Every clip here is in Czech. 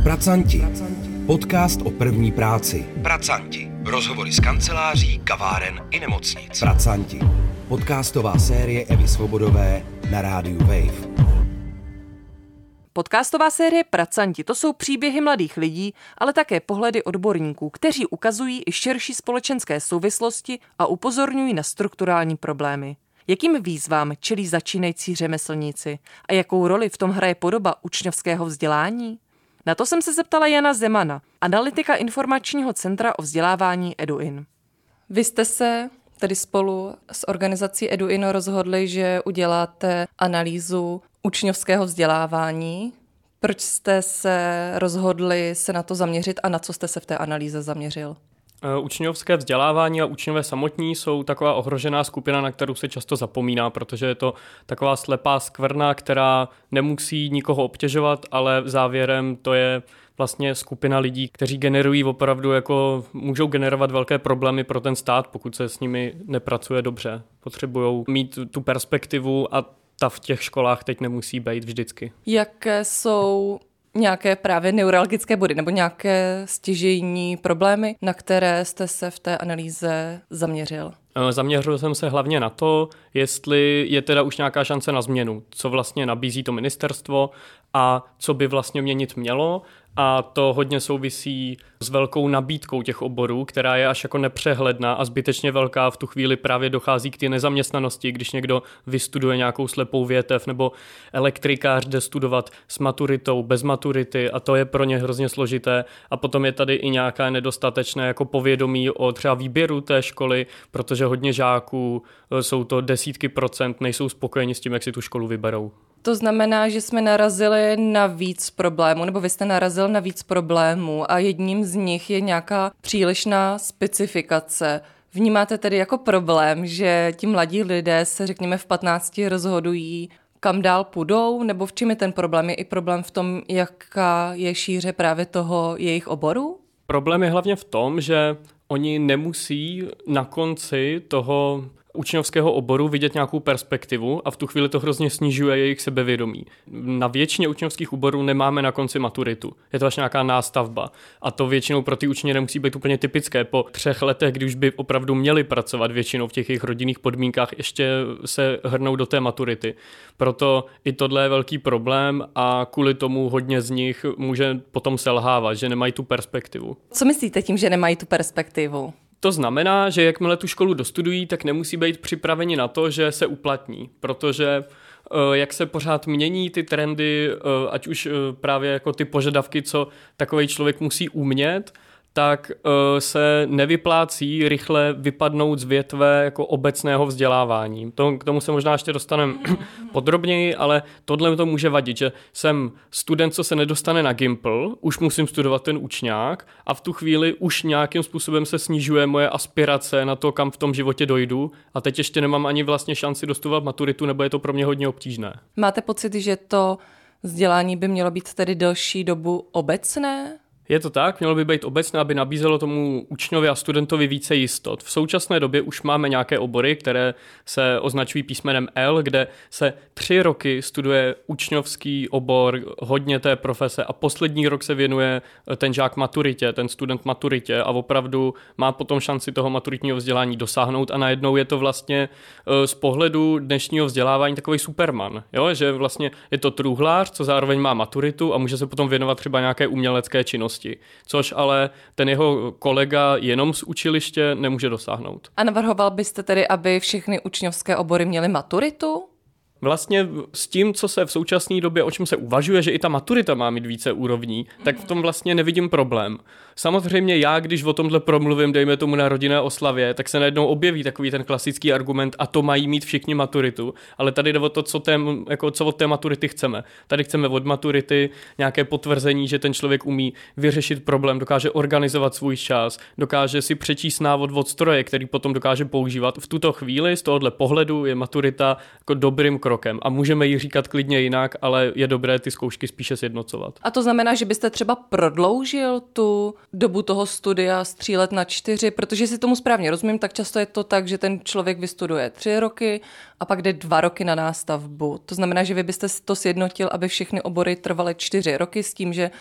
Pracanti. Podcast o první práci. Pracanti. Rozhovory z kanceláří, kaváren i nemocnic. Pracanti. Podcastová série Evy Svobodové na rádiu Wave. Podcastová série Pracanti, to jsou příběhy mladých lidí, ale také pohledy odborníků, kteří ukazují i širší společenské souvislosti a upozorňují na strukturální problémy. Jakým výzvám čelí začínající řemeslníci a jakou roli v tom hraje podoba učňovského vzdělání? Na to jsem se zeptala Jana Zemana, analytika informačního centra o vzdělávání EduIn. Vy jste se tedy spolu s organizací EduIn rozhodli, že uděláte analýzu učňovského vzdělávání. Proč jste se rozhodli se na to zaměřit a na co jste se v té analýze zaměřil? Učňovské vzdělávání a učňové samotní jsou taková ohrožená skupina, na kterou se často zapomíná, protože je to taková slepá skvrna, která nemusí nikoho obtěžovat, ale závěrem to je vlastně skupina lidí, kteří generují opravdu můžou generovat velké problémy pro ten stát, pokud se s nimi nepracuje dobře. Potřebují mít tu perspektivu a ta v těch školách teď nemusí být vždycky. Jaké jsou nějaké právě neuralgické body nebo nějaké stěžejní problémy, na které jste se v té analýze zaměřil? Zaměřil jsem se hlavně na to, jestli je teda už nějaká šance na změnu, co vlastně nabízí to ministerstvo a co by vlastně měnit mělo. A to hodně souvisí s velkou nabídkou těch oborů, která je až jako nepřehledná a zbytečně velká. V tu chvíli právě dochází k té nezaměstnanosti, když někdo vystuduje nějakou slepou větev nebo elektrikář jde studovat s maturitou, bez maturity a to je pro ně hrozně složité. A potom je tady i nějaké nedostatečné jako povědomí o třeba výběru té školy, protože hodně žáků, jsou to desítky procent, nejsou spokojeni s tím, jak si tu školu vyberou. To znamená, že jsme narazili na víc problémů, nebo vy jste narazil na víc problémů a jedním z nich je nějaká přílišná specifikace. Vnímáte tedy jako problém, že ti mladí lidé se, řekněme, v 15 rozhodují, kam dál půjdou, nebo v čem je ten problém? Je i problém v tom, jaká je šíře právě toho jejich oboru? Problém je hlavně v tom, že oni nemusí na konci toho učňovského oboru vidět nějakou perspektivu a v tu chvíli to hrozně snižuje jejich sebevědomí. Na většině učňovských oborů nemáme na konci maturitu. Je to až nějaká nástavba. A to většinou pro ty učně nemusí být úplně typické. Po 3 letech, když by opravdu měli pracovat většinou v těch jejich rodinných podmínkách, ještě se hrnou do té maturity. Proto i tohle je velký problém a kvůli tomu hodně z nich může potom selhávat, že nemají tu perspektivu. Co myslíte tím, že nemají tu perspektivu? To znamená, že jakmile tu školu dostudují, tak nemusí být připraveni na to, že se uplatní, protože jak se pořád mění ty trendy, ať už právě jako ty požadavky, co takový člověk musí umět, tak se nevyplácí rychle vypadnout z větve jako obecného vzdělávání. K tomu se možná ještě dostaneme podrobněji, ale tohle to může vadit, že jsem student, co se nedostane na Gimpl, už musím studovat ten učňák a v tu chvíli už nějakým způsobem se snižuje moje aspirace na to, kam v tom životě dojdu a teď ještě nemám ani vlastně šanci dostudovat maturitu, nebo je to pro mě hodně obtížné. Máte pocit, že to vzdělání by mělo být tedy delší dobu obecné? Je to tak, mělo by být obecné, aby nabízelo tomu učňovi a studentovi více jistot. V současné době už máme nějaké obory, které se označují písmenem L, kde se 3 roky studuje učňovský obor, hodně té profese a poslední rok se věnuje ten žák maturitě, ten student maturitě a opravdu má potom šanci toho maturitního vzdělání dosáhnout a najednou je to vlastně z pohledu dnešního vzdělávání takový superman, jo? Že vlastně je to truhlář, co zároveň má maturitu a může se potom věnovat třeba nějaké umělecké činnosti. Což ale ten jeho kolega jenom z učiliště nemůže dosáhnout. A navrhoval byste tedy, aby všechny učňovské obory měly maturitu? Vlastně s tím, co se v současné době, o čem se uvažuje, že i ta maturita má mít více úrovní, tak v tom vlastně nevidím problém. Samozřejmě já, když o tomhle promluvím, dejme tomu na rodinné oslavě, tak se najednou objeví takový ten klasický argument a to mají mít všichni maturitu, ale tady jde o to, co od té maturity chceme. Tady chceme od maturity nějaké potvrzení, že ten člověk umí vyřešit problém, dokáže organizovat svůj čas, dokáže si přečíst návod od stroje, který potom dokáže používat. V tuto chvíli z tohohle pohledu je maturita jako dobrým krokem a můžeme ji říkat klidně jinak, ale je dobré ty zkoušky spíše sjednocovat. A to znamená, že byste třeba prodloužil tu dobu toho studia z 3 let na 4, protože si tomu správně rozumím, tak často je to tak, že ten člověk vystuduje 3 roky a pak jde 2 roky na nástavbu. To znamená, že vy byste to sjednotil, aby všechny obory trvaly 4 roky s tím, že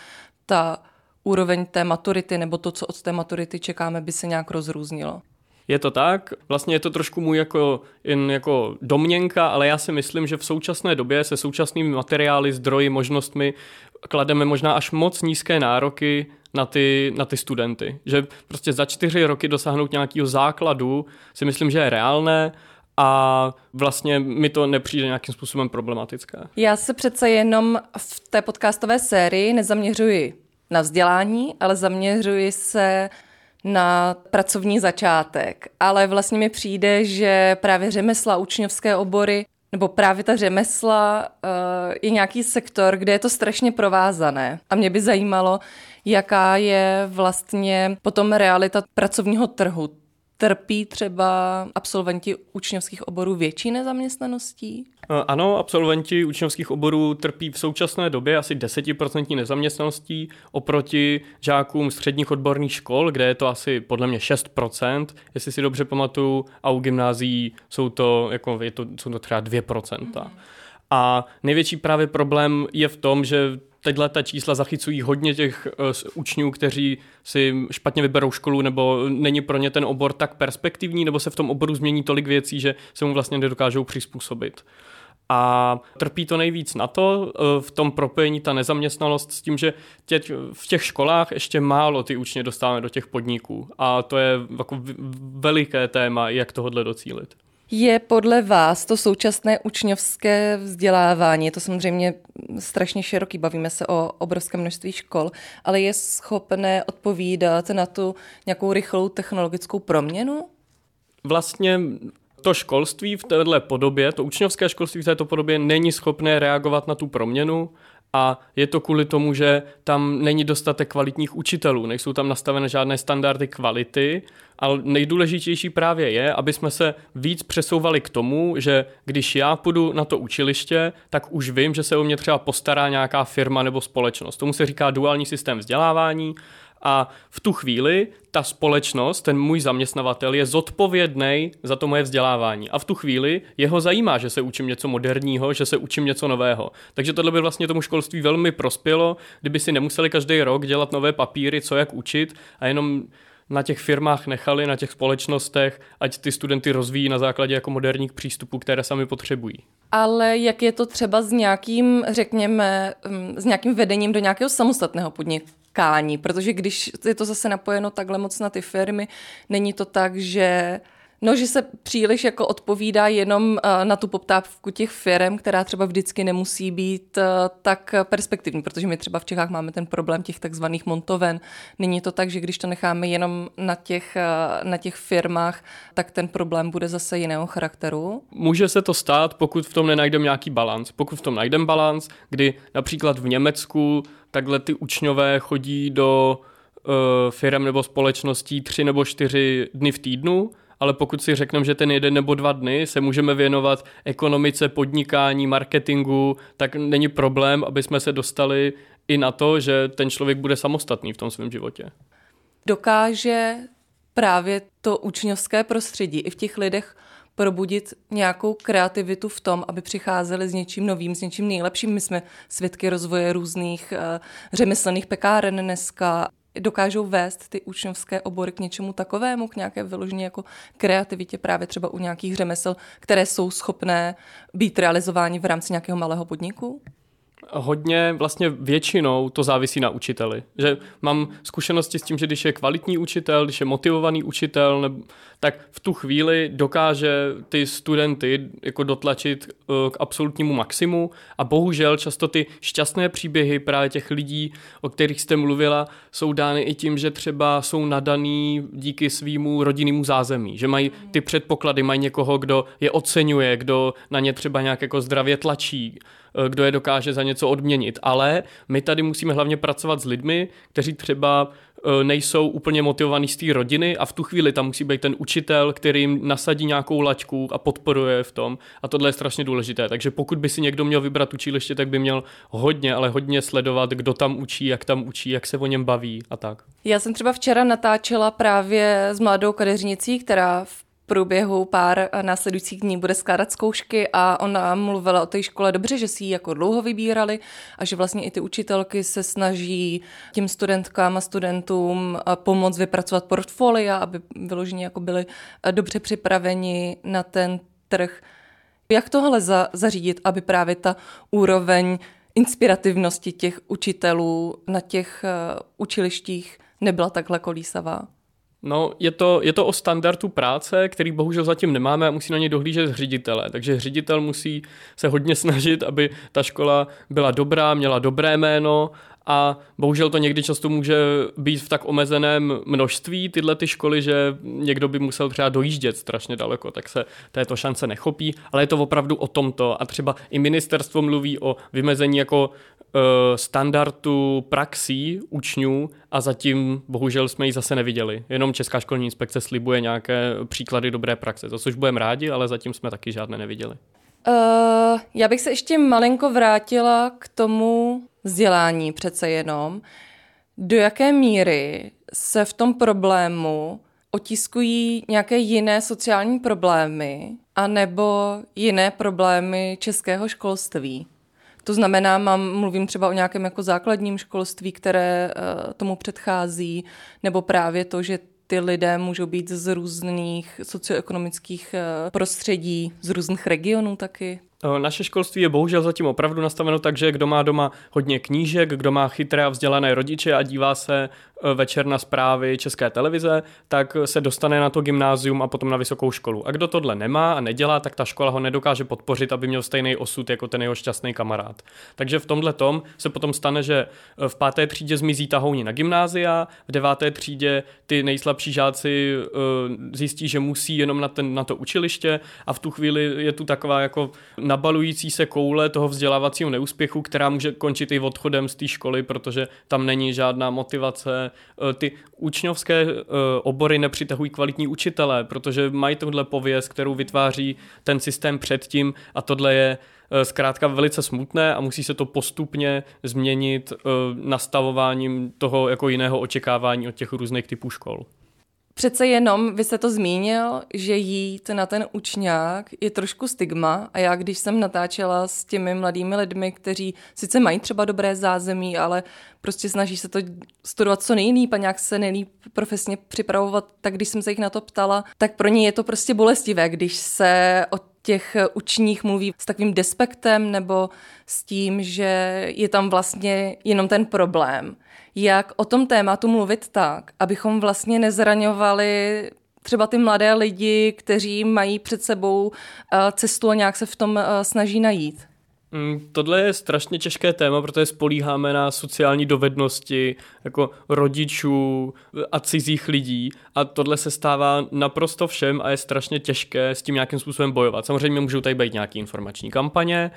ta úroveň té maturity nebo to, co od té maturity čekáme, by se nějak rozrůznilo? Je to tak, vlastně je to trošku můj jen jako domněnka, ale já si myslím, že v současné době se současnými materiály, zdroji, možnostmi klademe možná až moc nízké nároky na ty studenty. Že prostě za 4 roky dosáhnout nějakého základu si myslím, že je reálné a vlastně mi to nepřijde nějakým způsobem problematické. Já se přece jenom v té podcastové sérii nezaměřuji na vzdělání, ale zaměřuji se na pracovní začátek. Ale vlastně mi přijde, že právě řemesla, učňovské obory, nebo právě ta řemesla je nějaký sektor, kde je to strašně provázané. A mě by zajímalo, jaká je vlastně potom realita pracovního trhu. Trpí třeba absolventi učňovských oborů větší nezaměstnaností? Ano, absolventi učňovských oborů trpí v současné době asi 10% nezaměstnaností oproti žákům středních odborných škol, kde je to asi podle mě 6%, jestli si dobře pamatuju, a u gymnázií jsou to třeba 2%. A největší právě problém je v tom, že ta čísla zachycují hodně těch učňů, kteří si špatně vyberou školu, nebo není pro ně ten obor tak perspektivní, nebo se v tom oboru změní tolik věcí, že se mu vlastně nedokážou přizpůsobit. A trpí to nejvíc na to, v tom propojení ta nezaměstnanost s tím, že v těch školách ještě málo ty učně dostáváme do těch podniků. A to je jako veliké téma, jak tohodle docílit. Je podle vás to současné učňovské vzdělávání, je to samozřejmě strašně široký, bavíme se o obrovském množství škol, ale je schopné odpovídat na tu nějakou rychlou technologickou proměnu? Vlastně to školství v této podobě, to učňovské školství v této podobě není schopné reagovat na tu proměnu a je to kvůli tomu, že tam není dostatek kvalitních učitelů, nejsou tam nastavené žádné standardy kvality, ale nejdůležitější právě je, aby jsme se víc přesouvali k tomu, že když já půjdu na to učiliště, tak už vím, že se o mě třeba postará nějaká firma nebo společnost. Tomu se říká duální systém vzdělávání. A v tu chvíli ta společnost, ten můj zaměstnavatel je zodpovědný za to moje vzdělávání. A v tu chvíli jeho zajímá, že se učím něco moderního, že se učím něco nového. Takže tohle by vlastně tomu školství velmi prospělo, kdyby si nemuseli každý rok dělat nové papíry, co jak učit a jenom na těch firmách nechali, na těch společnostech, ať ty studenty rozvíjí na základě jako moderních přístupů, které sami potřebují. Ale jak je to třeba s nějakým, řekněme, s nějakým vedením do nějakého samostatného podnikání? Protože když je to zase napojeno takhle moc na ty firmy, není to tak, že se příliš jako odpovídá jenom na tu poptávku těch firm, která třeba vždycky nemusí být tak perspektivní, protože my třeba v Čechách máme ten problém těch takzvaných montoven. Není to tak, že když to necháme jenom na těch firmách, tak ten problém bude zase jiného charakteru? Může se to stát, pokud v tom nenajdeme nějaký balans. Pokud v tom najdeme balans, kdy například v Německu takhle ty učňové chodí do firm nebo společností 3 nebo 4 dny v týdnu, ale pokud si řekneme, že ten 1 nebo 2 dny se můžeme věnovat ekonomice, podnikání, marketingu, tak není problém, aby jsme se dostali i na to, že ten člověk bude samostatný v tom svém životě. Dokáže právě to učňovské prostředí i v těch lidech probudit nějakou kreativitu v tom, aby přicházeli s něčím novým, s něčím nejlepším. My jsme svědky rozvoje různých řemeslných pekáren dneska. Dokážou vést ty učňovské obory k něčemu takovému, k nějaké vyloženě jako kreativitě právě třeba u nějakých řemesel, které jsou schopné být realizovány v rámci nějakého malého podniku? Hodně, vlastně většinou to závisí na učiteli. Že mám zkušenosti s tím, že když je kvalitní učitel, když je motivovaný učitel, tak v tu chvíli dokáže ty studenty jako dotlačit k absolutnímu maximu a bohužel často ty šťastné příběhy právě těch lidí, o kterých jste mluvila, jsou dány i tím, že třeba jsou nadaný díky svýmu rodinnému zázemí, že mají ty předpoklady, mají někoho, kdo je oceňuje, kdo na ně třeba nějak jako zdravě tlačí, kdo je dokáže za něco odměnit. Ale my tady musíme hlavně pracovat s lidmi, kteří třeba nejsou úplně motivovaní z té rodiny a v tu chvíli tam musí být ten učitel, který jim nasadí nějakou laťku a podporuje v tom. A tohle je strašně důležité. Takže pokud by si někdo měl vybrat učiliště, tak by měl hodně sledovat, kdo tam učí, jak se o něm baví a tak. Já jsem třeba včera natáčela právě s mladou kadeřnicí, která v průběhu pár následujících dní bude skládat zkoušky a ona mluvila o té škole dobře, že si ji jako dlouho vybírali a že vlastně i ty učitelky se snaží těm studentkám a studentům pomoct vypracovat portfolia, aby vyloženě jako byli dobře připraveni na ten trh. Jak tohle zařídit, aby právě ta úroveň inspirativnosti těch učitelů na těch učilištích nebyla takhle kolísavá? No, je to o standardu práce, který bohužel zatím nemáme a musí na něj dohlížet ředitele. Takže ředitel musí se hodně snažit, aby ta škola byla dobrá, měla dobré jméno a bohužel to někdy často může být v tak omezeném množství tyhle ty školy, že někdo by musel třeba dojíždět strašně daleko, tak se této šance nechopí, ale je to opravdu o tomto a třeba i ministerstvo mluví o vymezení jako standardu praxí učňů a zatím bohužel jsme ji zase neviděli. Jenom Česká školní inspekce slibuje nějaké příklady dobré praxe, za což budeme rádi, ale zatím jsme taky žádné neviděli. Já bych se ještě malinko vrátila k tomu vzdělání přece jenom. Do jaké míry se v tom problému otiskují nějaké jiné sociální problémy anebo jiné problémy českého školství? To znamená, mluvím třeba o nějakém jako základním školství, které tomu předchází, nebo právě to, že ty lidé můžou být z různých socioekonomických prostředí, z různých regionů taky. Naše školství je bohužel zatím opravdu nastaveno tak, že kdo má doma hodně knížek, kdo má chytré a vzdělané rodiče a dívá se večer na zprávy České televize, tak se dostane na to gymnázium a potom na vysokou školu. A kdo tohle nemá a nedělá, tak ta škola ho nedokáže podpořit, aby měl stejný osud jako ten jeho šťastný kamarád. Takže v tomhle tom se potom stane, že v 5. třídě zmizí tahouni na gymnázia, v 9. třídě ty nejslabší žáci zjistí, že musí jenom na to učiliště a v tu chvíli je tu taková jako nabalující se koule toho vzdělávacího neúspěchu, která může končit i odchodem z té školy, protože tam není žádná motivace. Ty učňovské obory nepřitahují kvalitní učitelé, protože mají tohle pověst, kterou vytváří ten systém předtím a tohle je zkrátka velice smutné a musí se to postupně změnit nastavováním toho jako jiného očekávání od těch různých typů škol. Přece jenom, vy jste to zmínil, že jít na ten učňák je trošku stigma a já když jsem natáčela s těmi mladými lidmi, kteří sice mají třeba dobré zázemí, ale prostě snaží se to studovat co nejlíp a nějak se nejlíp profesně připravovat, tak když jsem se jich na to ptala, tak pro ně je to prostě bolestivé, když se o těch učních mluví s takovým despektem nebo s tím, že je tam vlastně jenom ten problém. Jak o tom tématu mluvit tak, abychom vlastně nezraňovali třeba ty mladé lidi, kteří mají před sebou cestu a nějak se v tom snaží najít? Tohle je strašně těžké téma, protože spolíháme na sociální dovednosti jako rodičů a cizích lidí a tohle se stává naprosto všem a je strašně těžké s tím nějakým způsobem bojovat. Samozřejmě můžou tady být nějaké informační kampaně,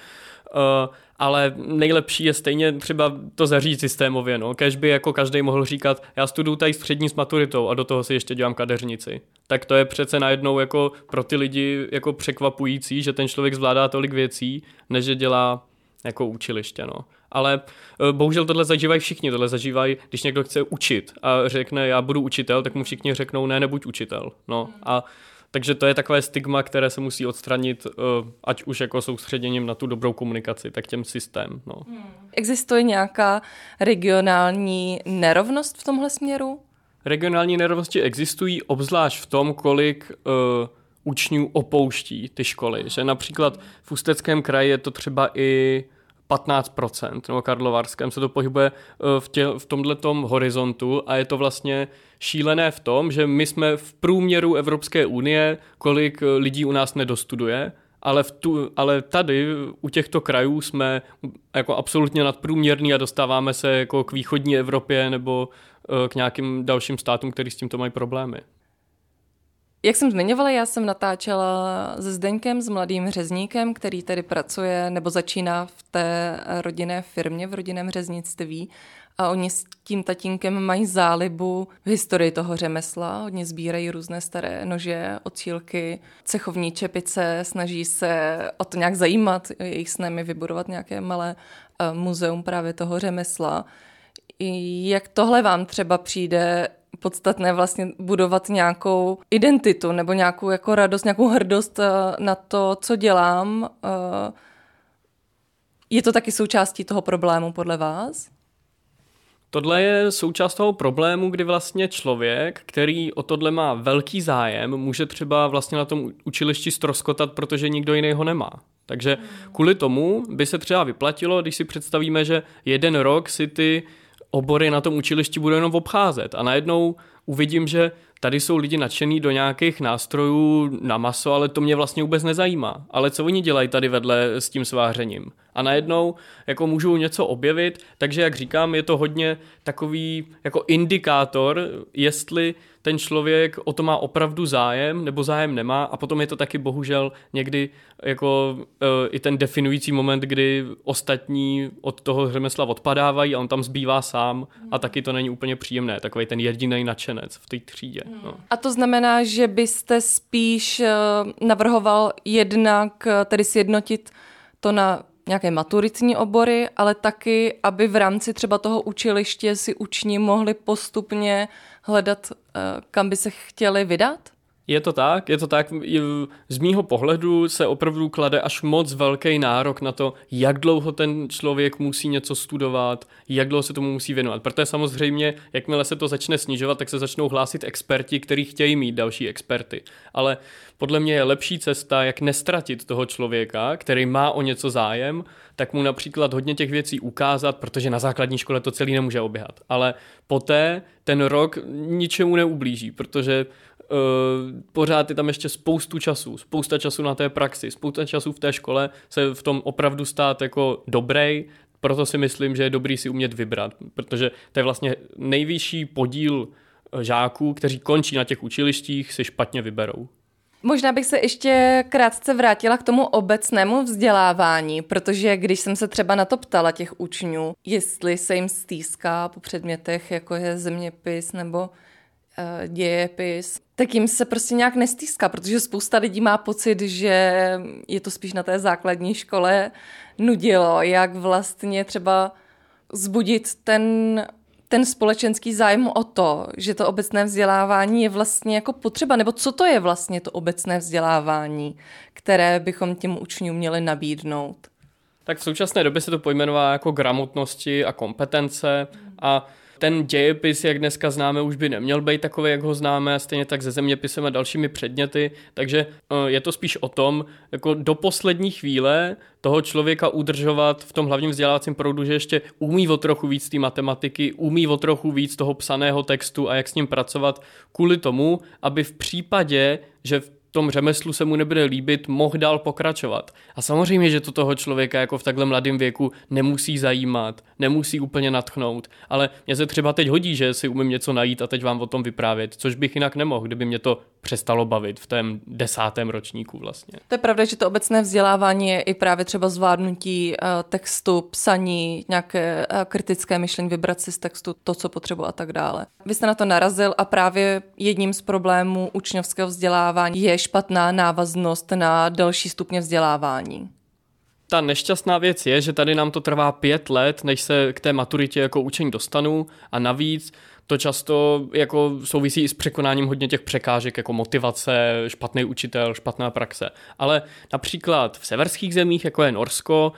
ale nejlepší je stejně třeba to zařídit systémově. No. Kéž by jako každý mohl říkat, já studuju tady střední s maturitou a do toho si ještě dělám kadeřnici. Tak to je přece najednou jako pro ty lidi jako překvapující, že ten člověk zvládá tolik věcí, než že dělá jako učiliště. No. Ale bohužel tohle zažívají všichni, tohle zažívají, když někdo chce učit a řekne, já budu učitel, tak mu všichni řeknou, ne, nebuď učitel. No. A takže to je takové stigma, které se musí odstranit, ať už jako soustředěním na tu dobrou komunikaci, tak těm systém. No. Existuje nějaká regionální nerovnost v tomhle směru? Regionální nerovnosti existují, obzvlášť v tom, kolik učňů opouští ty školy. Že například v Ústeckém kraji je to třeba i 15%, nebo Karlovarském se to pohybuje v tomhletom horizontu a je to vlastně šílené v tom, že my jsme v průměru Evropské unie, kolik lidí u nás nedostuduje, ale tady u těchto krajů jsme jako absolutně nadprůměrní a dostáváme se jako k východní Evropě nebo k nějakým dalším státům, který s tímto mají problémy. Jak jsem zmiňovala, já jsem natáčela se Zdeňkem, s mladým řezníkem, který tady pracuje nebo začíná v té rodinné firmě, v rodinném řeznictví. A oni s tím tatínkem mají zálibu v historii toho řemesla. Hodně sbírají různé staré nože, ocílky, cechovní čepice, snaží se o to nějak zajímat. Jejich snem je vybudovat nějaké malé muzeum právě toho řemesla. Jak tohle vám třeba přijde podstatné vlastně budovat nějakou identitu nebo nějakou jako radost, nějakou hrdost na to, co dělám. Je to taky součástí toho problému podle vás? Tohle je součást toho problému, kdy vlastně člověk, který o tohle má velký zájem, může třeba vlastně na tom učilišti ztroskotat, protože nikdo jiný ho nemá. Takže kvůli tomu by se třeba vyplatilo, když si představíme, že jeden rok si ty obory na tom učilišti budou jenom obcházet a najednou uvidím, že tady jsou lidi nadšený do nějakých nástrojů na maso, ale to mě vlastně vůbec nezajímá. Ale co oni dělají tady vedle s tím svářením? A najednou jako můžou něco objevit, takže jak říkám, je to hodně takový jako indikátor, jestli ten člověk o to má opravdu zájem nebo zájem nemá, a potom je to taky bohužel někdy jako i ten definující moment, kdy ostatní od toho řemesla odpadávají a on tam zbývá sám a taky to není úplně příjemné, takový ten jediný nadšenec v té třídě. No. A to znamená, že byste spíš navrhoval jednak tedy sjednotit to na nějaké maturitní obory, ale taky, aby v rámci třeba toho učiliště si učni mohli postupně hledat, kam by se chtěli vydat? Je to tak. Z mýho pohledu se opravdu klade až moc velký nárok na to, jak dlouho ten člověk musí něco studovat, jak dlouho se tomu musí věnovat. Protože samozřejmě, jakmile se to začne snižovat, tak se začnou hlásit experti, kteří chtějí mít další experty. Ale podle mě je lepší cesta, jak nestratit toho člověka, který má o něco zájem, tak mu například hodně těch věcí ukázat, protože na základní škole to celý nemůže oběhat. Ale poté ten rok ničemu neublíží, protože pořád je tam ještě spousta času na té praxi, spousta času v té škole se v tom opravdu stát jako dobrý, proto si myslím, že je dobrý si umět vybrat, protože to je vlastně nejvyšší podíl žáků, kteří končí na těch učilištích, si špatně vyberou. Možná bych se ještě krátce vrátila k tomu obecnému vzdělávání, protože když jsem se třeba na to ptala těch učňů, jestli se jim stýská po předmětech, jako je zeměpis nebo dějepis, tak jim se prostě nějak nestýská, protože spousta lidí má pocit, že je to spíš na té základní škole nudilo, jak vlastně třeba vzbudit ten společenský zájem o to, že to obecné vzdělávání je vlastně jako potřeba, nebo co to je vlastně to obecné vzdělávání, které bychom těm učňům měli nabídnout. Tak v současné době se to pojmenová jako gramotnosti a kompetence a ten dějepis, jak dneska známe, už by neměl být takový, jak ho známe, stejně tak se zeměpisem a dalšími předměty, takže je to spíš o tom, jako do poslední chvíle toho člověka udržovat v tom hlavním vzdělávacím proudu, že ještě umí o trochu víc té matematiky, umí o trochu víc toho psaného textu a jak s ním pracovat, kvůli tomu, aby v případě, že v tom řemeslu se mu nebude líbit, mohl dál pokračovat. A samozřejmě, že to toho člověka jako v takhle mladém věku nemusí zajímat, nemusí úplně nadchnout, ale mně se třeba teď hodí, že si umím něco najít a teď vám o tom vyprávět, což bych jinak nemohl, kdyby mě to přestalo bavit v tom 10. ročníku vlastně. To je pravda, že to obecné vzdělávání je i právě třeba zvládnutí textu, psaní, nějaké kritické myšlení, vybrat si z textu to, co potřebuji a tak dále. Vy jste na to narazil a právě jedním z problémů učňovského vzdělávání je špatná návaznost na další stupně vzdělávání. Ta nešťastná věc je, že tady nám to trvá 5 let, než se k té maturitě jako učení dostanu a navíc to často jako souvisí i s překonáním hodně těch překážek, jako motivace, špatný učitel, špatná praxe. Ale například v severských zemích, jako je Norsko,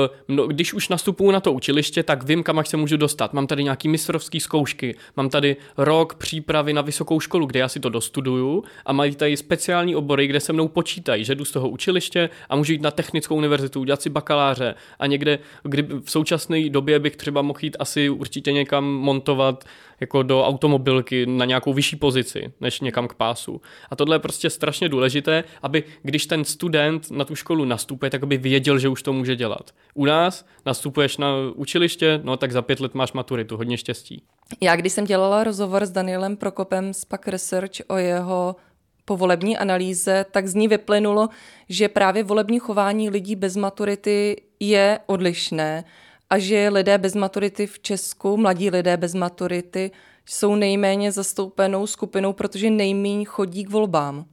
když už nastupuju na to učiliště, tak vím, kam až se můžu dostat. Mám tady nějaký mistrovský zkoušky, mám tady rok přípravy na vysokou školu, kde já si to dostuduju a mají tady speciální obory, kde se mnou počítají, že jdu z toho učiliště a můžu jít na technickou univerzitu, udělat si bakaláře a někde, kdy v současné době bych třeba mohl jít asi určitě někam montovat jako do automobilky na nějakou vyšší pozici, než někam k pásu. A tohle je prostě strašně důležité, aby když ten student na tu školu nastupuje, tak aby věděl, že už to může dělat. U nás nastupuješ na učiliště, no tak za 5 let máš maturitu, hodně štěstí. Já když jsem dělala rozhovor s Danielem Prokopem z PAK Research o jeho povolební analýze, tak z ní vyplynulo, že právě volební chování lidí bez maturity je odlišné a že lidé bez maturity v Česku, mladí lidé bez maturity, jsou nejméně zastoupenou skupinou, protože nejméně chodí k volbám.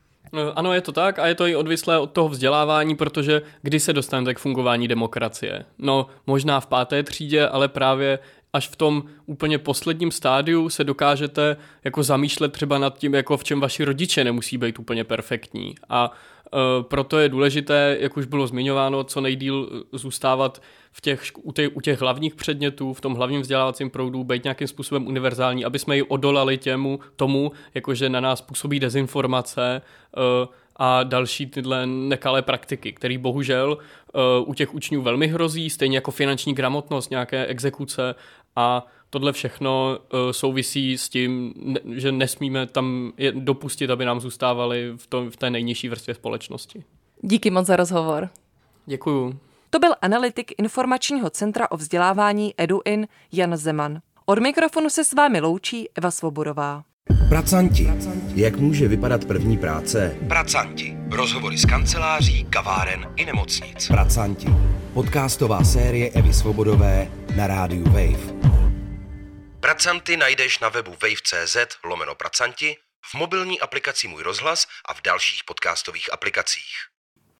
Ano, je to tak a je to i odvislé od toho vzdělávání, protože kdy se dostanete k fungování demokracie? No, možná v 5. třídě, ale právě až v tom úplně posledním stádiu se dokážete jako zamýšlet třeba nad tím, jako v čem vaši rodiče nemusí být úplně perfektní. A proto je důležité, jak už bylo zmiňováno, co nejdýl zůstávat u těch hlavních předmětů, v tom hlavním vzdělávacím proudu, být nějakým způsobem univerzální, aby jsme ji odolali tomu, jakože na nás působí dezinformace a další tyhle nekalé praktiky, které bohužel u těch učňů velmi hrozí, stejně jako finanční gramotnost, nějaké exekuce a tohle všechno souvisí s tím, že nesmíme tam dopustit, aby nám zůstávali v té nejnižší vrstvě společnosti. Díky moc za rozhovor. Děkuju. To byl analytik Informačního centra o vzdělávání EduIn Jan Zeman. Od mikrofonu se s vámi loučí Eva Svobodová. Pracanti. Jak může vypadat první práce? Pracanti. Rozhovory z kanceláří, kaváren i nemocnic. Pracanti. Podcastová série Evy Svobodové na rádiu Wave. Pracanti najdeš na webu wave.cz/pracanti, v mobilní aplikaci Můj rozhlas a v dalších podcastových aplikacích.